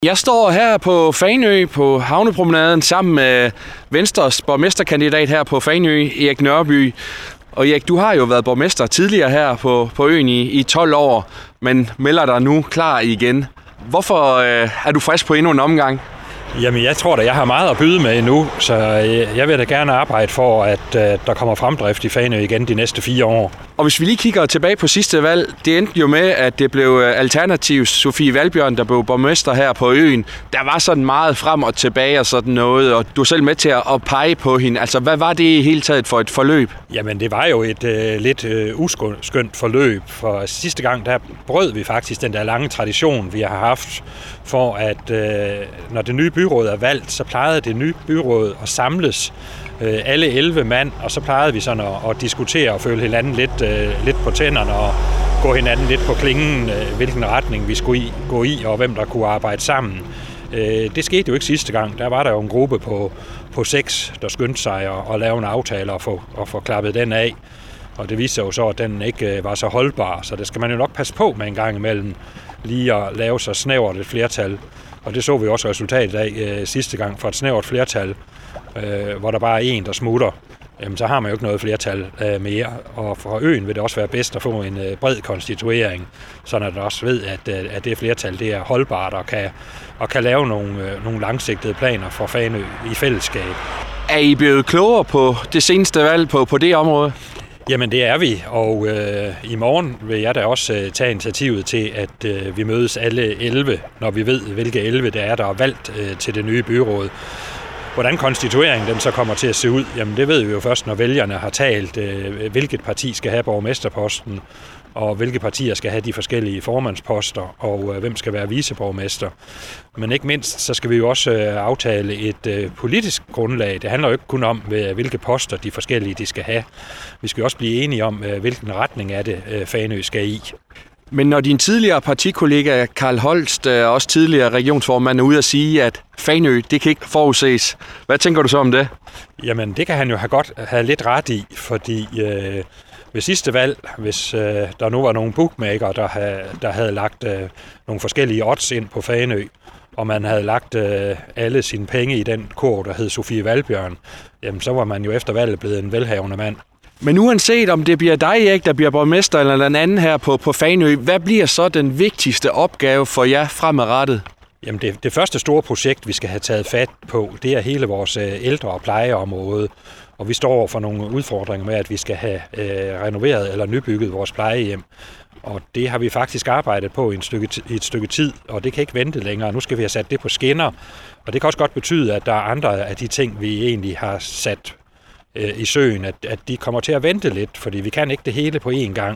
Jeg står her på Fanø på havnepromenaden sammen med Venstres borgmesterkandidat her på Fanø, Erik Nørby. Og Erik, du har jo været borgmester tidligere her på øen i 12 år, men melder dig nu klar igen. Hvorfor er du frisk på endnu en omgang? Jamen, jeg tror da, jeg har meget at byde med endnu, så jeg vil da gerne arbejde for, at der kommer fremdrift i Fanø igen de næste 4 år. Og hvis vi lige kigger tilbage på sidste valg, det endte jo med, at det blev Alternativs Sofie Valbjørn, der blev borgmester her på øen. Der var sådan meget frem og tilbage og sådan noget, og du er selv med til at pege på hende. Altså, hvad var det i hele taget for et forløb? Jamen, det var jo et lidt uskønt forløb, for sidste gang, der brød vi faktisk den der lange tradition, vi har haft, for at når det nye byråd er valgt, så plejede det nye byråd at samles alle 11 mand, og så plejede vi sådan at diskutere og føle hinanden lidt på tænderne og gå hinanden lidt på klingen, hvilken retning vi skulle gå i, og hvem der kunne arbejde sammen. Det skete jo ikke sidste gang. Der var der jo en gruppe på 6, der skyndte sig at lave en aftale og få klappet den af. Og det viste sig jo så, at den ikke var så holdbar, så det skal man jo nok passe på med en gang imellem, lige at lave så snævert et flertal. Og det så vi også resultatet af sidste gang for et snævert flertal, hvor der bare er en, der smutter. Jamen, så har man jo ikke noget flertal mere. Og for øen vil det også være bedst at få en bred konstituering, så at der også ved, at det flertal det er holdbart og kan lave nogle langsigtede planer for Fanø i fællesskab. Er I blevet klogere på det seneste valg på det område? Jamen det er vi, og i morgen vil jeg da også tage initiativet til, at vi mødes alle 11, når vi ved, hvilke 11 der er valgt til det nye byråd. Hvordan konstitueringen den så kommer til at se ud, jamen det ved vi jo først, når vælgerne har talt, hvilket parti skal have borgmesterposten, og hvilke partier skal have de forskellige formandsposter, og hvem skal være viceborgmester. Men ikke mindst, så skal vi jo også aftale et politisk grundlag. Det handler jo ikke kun om, hvilke poster de forskellige de skal have. Vi skal også blive enige om, hvilken retning er det, Fanø skal i. Men når din tidligere partikollega Carl Holst, også tidligere regionsformand, er ude at sige, at Fanø, det kan ikke forudses. Hvad tænker du så om det? Jamen, det kan han jo have lidt ret i, fordi ved sidste valg, hvis der nu var nogle bookmaker, der havde lagt nogle forskellige odds ind på Fanø, og man havde lagt alle sine penge i den kurv, der hed Sofie Valbjørn, jamen så var man jo efter valget blevet en velhavende mand. Men uanset om det bliver dig, Erik, der bliver borgmester eller en anden her på Fanø, hvad bliver så den vigtigste opgave for jer fremadrettet? Jamen det første store projekt, vi skal have taget fat på, det er hele vores ældre- og plejeområde. Og vi står over for nogle udfordringer med, at vi skal have renoveret eller nybygget vores plejehjem. Og det har vi faktisk arbejdet på i et stykke tid, og det kan ikke vente længere. Nu skal vi have sat det på skinner, og det kan også godt betyde, at der er andre af de ting, vi egentlig har sat i søen, at de kommer til at vente lidt, fordi vi kan ikke det hele på én gang.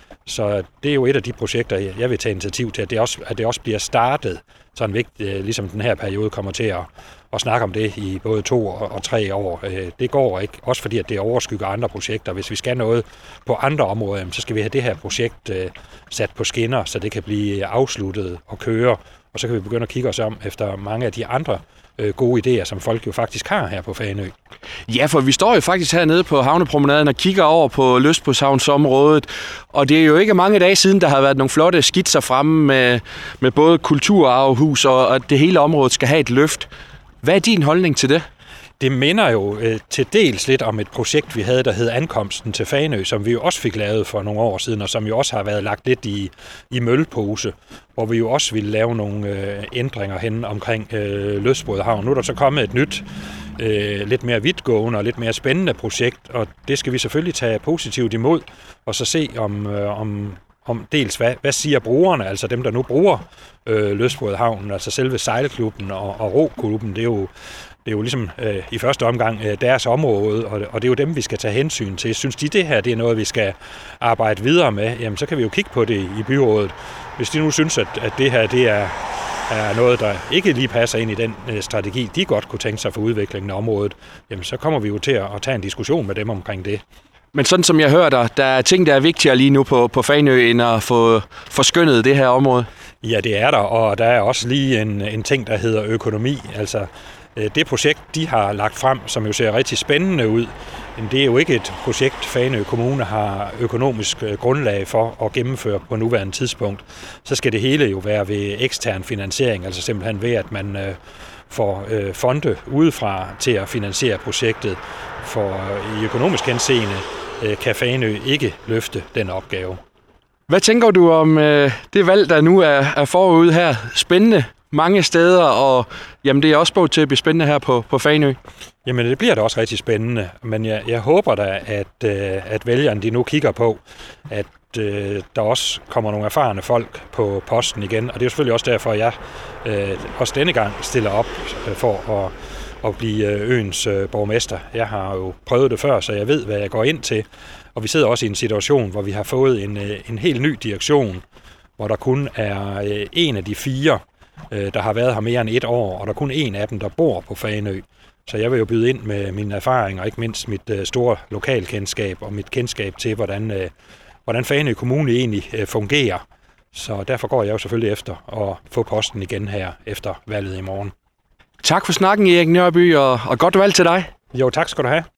Så det er jo et af de projekter, jeg vil tage initiativ til, at det også bliver startet, sådan vigtigt, ligesom den her periode kommer til at snakke om det i både 2 og 3 år. Det går ikke, også fordi at det overskygger andre projekter. Hvis vi skal noget på andre områder, så skal vi have det her projekt sat på skinner, så det kan blive afsluttet og køre, og så kan vi begynde at kigge os om efter mange af de andre gode idéer, som folk jo faktisk har her på Fanø. Ja, for vi står jo faktisk hernede på havnepromenaden og kigger over på Lystbådshavnsområdet, og det er jo ikke mange dage siden, der har været nogle flotte skitser fremme med både kulturarvhus og at det hele område skal have et løft. Hvad er din holdning til det? Det minder jo til dels lidt om et projekt, vi havde, der hed Ankomsten til Fanø, som vi jo også fik lavet for nogle år siden, og som jo også har været lagt lidt i mølpose, hvor vi jo også ville lave nogle ændringer hen omkring Lystbådshavn. Nu er der så kommet et nyt, lidt mere vidtgående og lidt mere spændende projekt, og det skal vi selvfølgelig tage positivt imod, og så se om dels, hvad siger brugerne, altså dem, der nu bruger Lystbådshavnen, altså selve sejlklubben og roklubben, det er jo ligesom i første omgang deres område, og det er jo dem, vi skal tage hensyn til. Synes de, det her det er noget, vi skal arbejde videre med, jamen så kan vi jo kigge på det i byrådet. Hvis de nu synes, at det her det er noget, der ikke lige passer ind i den strategi, de godt kunne tænke sig for udviklingen af området, jamen så kommer vi jo til at tage en diskussion med dem omkring det. Men sådan som jeg hører dig, der er ting, der er vigtigere lige nu på Fanø, end at få forskønnet det her område? Ja, det er der, og der er også lige en ting, der hedder økonomi. Altså, Det projekt, de har lagt frem, som jo ser rigtig spændende ud, det er jo ikke et projekt, Fanø Kommune har økonomisk grundlag for at gennemføre på nuværende tidspunkt. Så skal det hele jo være ved ekstern finansiering, altså simpelthen ved, at man får fonde udefra til at finansiere projektet. For i økonomisk henseende kan Fanø ikke løfte den opgave. Hvad tænker du om det valg, der nu er forude her? Spændende mange steder, og jamen, det er også både til at blive spændende her på Fanø. Jamen, det bliver da også rigtig spændende, men jeg håber da, at vælgerne de nu kigger på, at der også kommer nogle erfarne folk på posten igen, og det er jo selvfølgelig også derfor, at jeg også denne gang stiller op for at blive øens borgmester. Jeg har jo prøvet det før, så jeg ved, hvad jeg går ind til, og vi sidder også i en situation, hvor vi har fået en helt ny direktion, hvor der kun er en af de 4, der har været her mere end 1 år, og der er kun en af dem, der bor på Fanø. Så jeg vil jo byde ind med mine erfaringer, ikke mindst mit store lokalkendskab og mit kendskab til, hvordan Fanø Kommune egentlig fungerer. Så derfor går jeg jo selvfølgelig efter at få posten igen her efter valget i morgen. Tak for snakken, Erik Nørby, og godt valg til dig. Jo, tak skal du have.